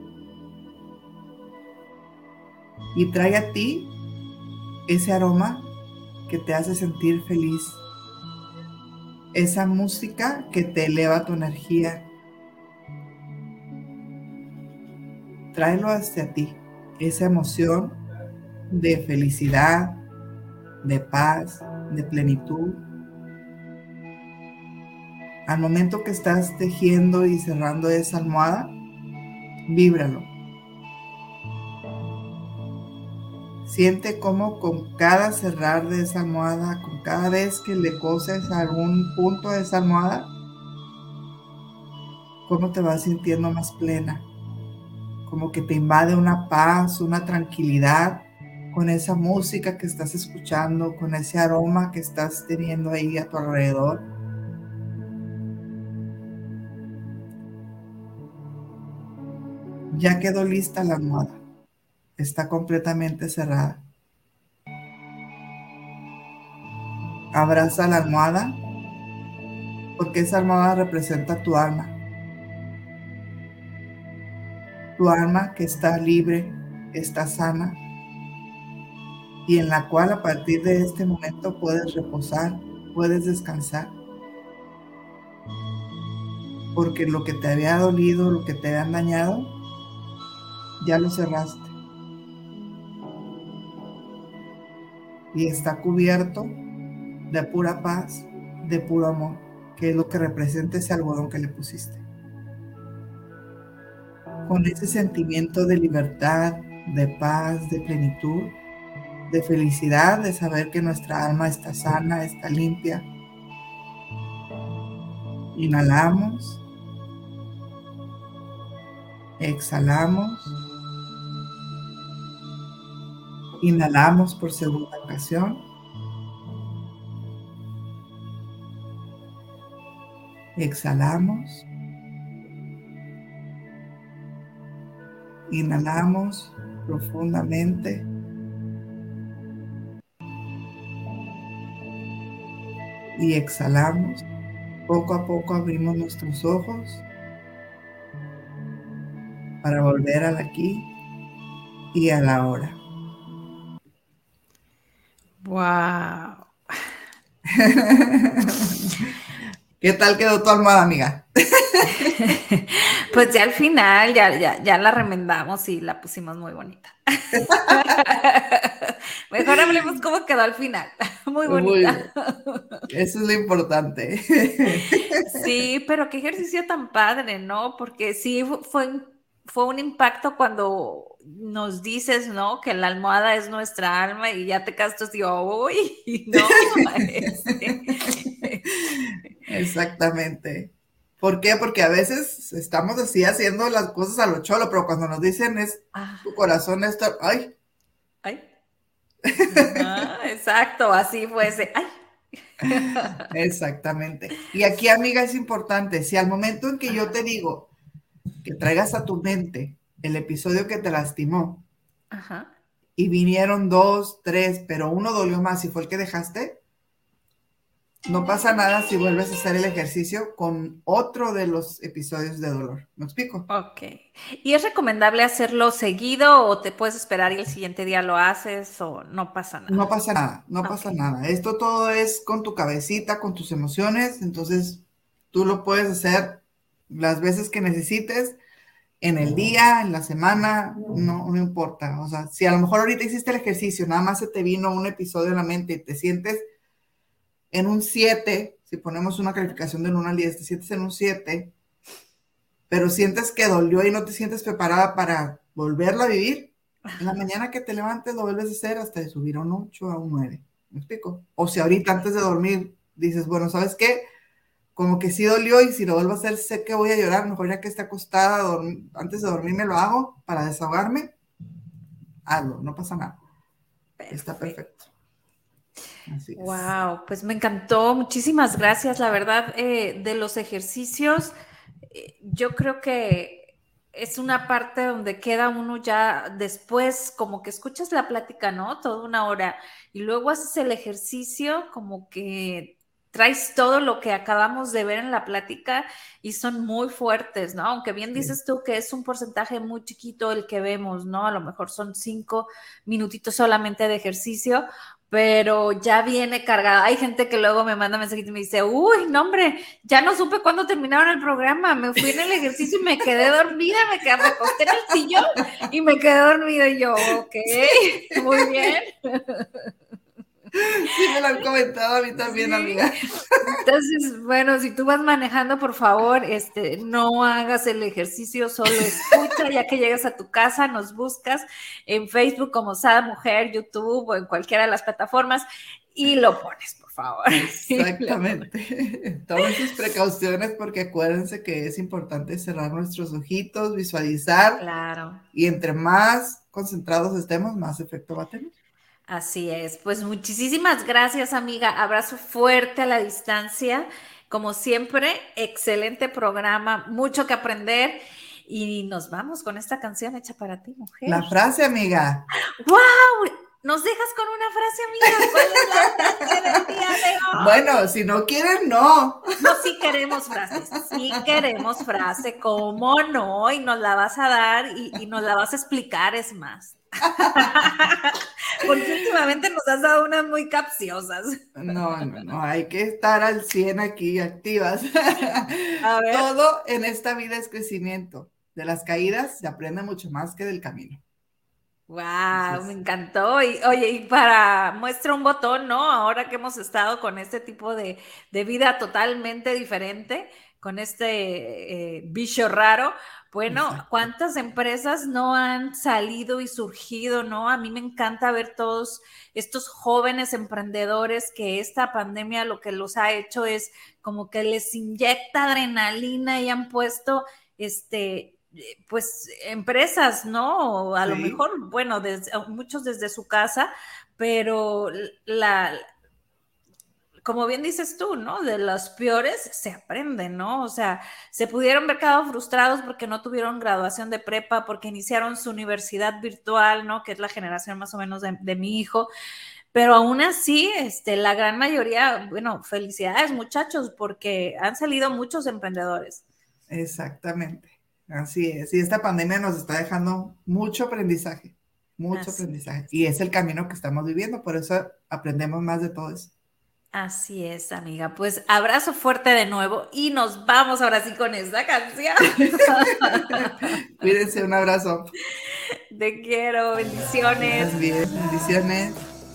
Y trae a ti ese aroma que te hace sentir feliz. Esa música que te eleva tu energía. Tráelo hacia ti. Esa emoción de felicidad, de paz, de plenitud. Al momento que estás tejiendo y cerrando esa almohada, víbralo. Siente cómo con cada cerrar de esa almohada, con cada vez que le coses a algún punto de esa almohada, cómo te vas sintiendo más plena, como que te invade una paz, una tranquilidad con esa música que estás escuchando, con ese aroma que estás teniendo ahí a tu alrededor. Ya quedó lista la almohada. Está completamente cerrada. Abraza la almohada porque esa almohada representa tu alma. Tu alma que está libre, está sana y en la cual a partir de este momento puedes reposar, puedes descansar. Porque lo que te había dolido, lo que te habían dañado, ya lo cerraste. Y está cubierto de pura paz, de puro amor, que es lo que representa ese algodón que le pusiste. Con ese sentimiento de libertad, de paz, de plenitud, de felicidad, de saber que nuestra alma está sana, está limpia. Inhalamos, exhalamos, inhalamos por segunda ocasión. Exhalamos. Inhalamos profundamente. Y exhalamos. Poco a poco abrimos nuestros ojos para volver al aquí y a la hora. Wow. ¿Qué tal quedó tu almohada, amiga? Pues ya al final ya la remendamos y la pusimos muy bonita. Mejor hablemos cómo quedó al final. Muy bonita. Eso es lo importante. Sí, pero qué ejercicio tan padre, ¿no? Porque sí fue un impacto cuando nos dices, ¿no? Que la almohada es nuestra alma y ya te quedas así, uy, no. Exactamente. ¿Por qué? Porque a veces estamos así haciendo las cosas a lo cholo, pero cuando nos dicen es tu corazón esto, ay. Ay. Ajá, exacto, así fue ese, ay. Exactamente. Y aquí, amiga, es importante, si al momento en que yo te digo que traigas a tu mente el episodio que te lastimó, Ajá. y vinieron 2, 3, pero uno dolió más y fue el que dejaste, no pasa nada si vuelves a hacer el ejercicio con otro de los episodios de dolor. ¿Me explico? Ok. ¿Y es recomendable hacerlo seguido o te puedes esperar y el siguiente día lo haces o no pasa nada? No pasa nada, no pasa nada. Esto todo es con tu cabecita, con tus emociones, entonces tú lo puedes hacer las veces que necesites, en el día, en la semana, no importa. O sea, si a lo mejor ahorita hiciste el ejercicio, nada más se te vino un episodio en la mente y te sientes en un 7, si ponemos una calificación del 1 al 10, te sientes en un 7, pero sientes que dolió y no te sientes preparada para volverla a vivir, en la mañana que te levantes lo vuelves a hacer hasta de subir a un 8, a un 9. ¿Me explico? O si ahorita antes de dormir dices, bueno, ¿sabes qué? Como que sí dolió y si lo vuelvo a hacer sé que voy a llorar, mejor ya que esté acostada, antes de dormirme lo hago para desahogarme, hazlo, no pasa nada. Está perfecto. Así es. Wow, pues me encantó, muchísimas gracias. La verdad, de los ejercicios, yo creo que es una parte donde queda uno ya después, como que escuchas la plática, ¿no? Toda una hora y luego haces el ejercicio, como que traes todo lo que acabamos de ver en la plática y son muy fuertes, ¿no? Aunque bien dices tú que es un porcentaje muy chiquito el que vemos, ¿no? A lo mejor son 5 minutitos solamente de ejercicio, pero ya viene cargada. Hay gente que luego me manda mensajitos y me dice, uy, no hombre, ya no supe cuándo terminaron el programa, me fui en el ejercicio y me quedé dormida, me acosté en el sillón y me quedé dormida y yo, ok, muy bien. Sí, me lo han comentado a mí también, sí, amiga. Entonces, bueno, si tú vas manejando, por favor, no hagas el ejercicio, solo escucha, ya que llegas a tu casa, nos buscas en Facebook como Sada Mujer, YouTube o en cualquiera de las plataformas y lo pones, por favor. Exactamente. Tomen sus precauciones porque acuérdense que es importante cerrar nuestros ojitos, visualizar. Claro. Y entre más concentrados estemos, más efecto va a tener. Así es, pues muchísimas gracias, amiga. Abrazo fuerte a la distancia. Como siempre, excelente programa, mucho que aprender. Y nos vamos con esta canción hecha para ti, mujer. La frase, amiga. ¡Wow! ¿Nos dejas con una frase, amiga? ¿Cuál es la frase del día de hoy? Bueno, si no quieren, no. No, sí queremos frases, sí queremos frase, ¿cómo no? Y nos la vas a dar y nos la vas a explicar, es más. Porque últimamente nos has dado unas muy capciosas. No, hay que estar al 100 aquí, activas. A ver. Todo en esta vida es crecimiento. De las caídas se aprende mucho más que del camino. Wow, me encantó. Y oye, y para muestra un botón, ¿no? Ahora que hemos estado con este tipo de vida totalmente diferente, con este bicho raro, bueno, exacto, ¿cuántas empresas no han salido y surgido, no? A mí me encanta ver todos estos jóvenes emprendedores que esta pandemia lo que los ha hecho es como que les inyecta adrenalina y han puesto pues empresas, ¿no? A lo mejor, bueno, muchos desde su casa, pero como bien dices tú, ¿no? De los peores se aprende, ¿no? O sea, se pudieron ver quedado frustrados porque no tuvieron graduación de prepa, porque iniciaron su universidad virtual, ¿no? Que es la generación más o menos de mi hijo. Pero aún así, la gran mayoría, bueno, felicidades muchachos, porque han salido muchos emprendedores. Exactamente, así es. Y esta pandemia nos está dejando mucho aprendizaje, mucho Así aprendizaje. es. Y es el camino que estamos viviendo, por eso aprendemos más de todo eso. Así es, amiga. Pues abrazo fuerte de nuevo y nos vamos ahora sí con esta canción. Cuídense, un abrazo. Te quiero, bendiciones. Más bien, bendiciones.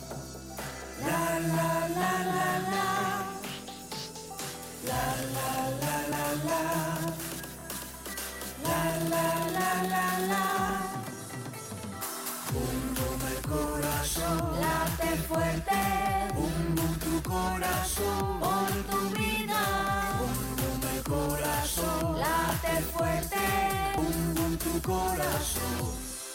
Late fuerte, bum bum tu corazón, por tu vida, bum bum el corazón, late fuerte, bum bum tu corazón,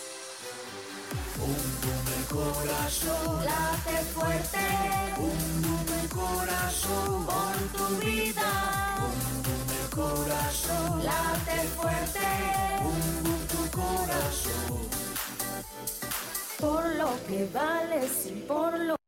bum bum el corazón, late fuerte, bum bum el corazón, por tu vida, bum bum el corazón, late fuerte, bum bum tu corazón. Por lo que vales y por lo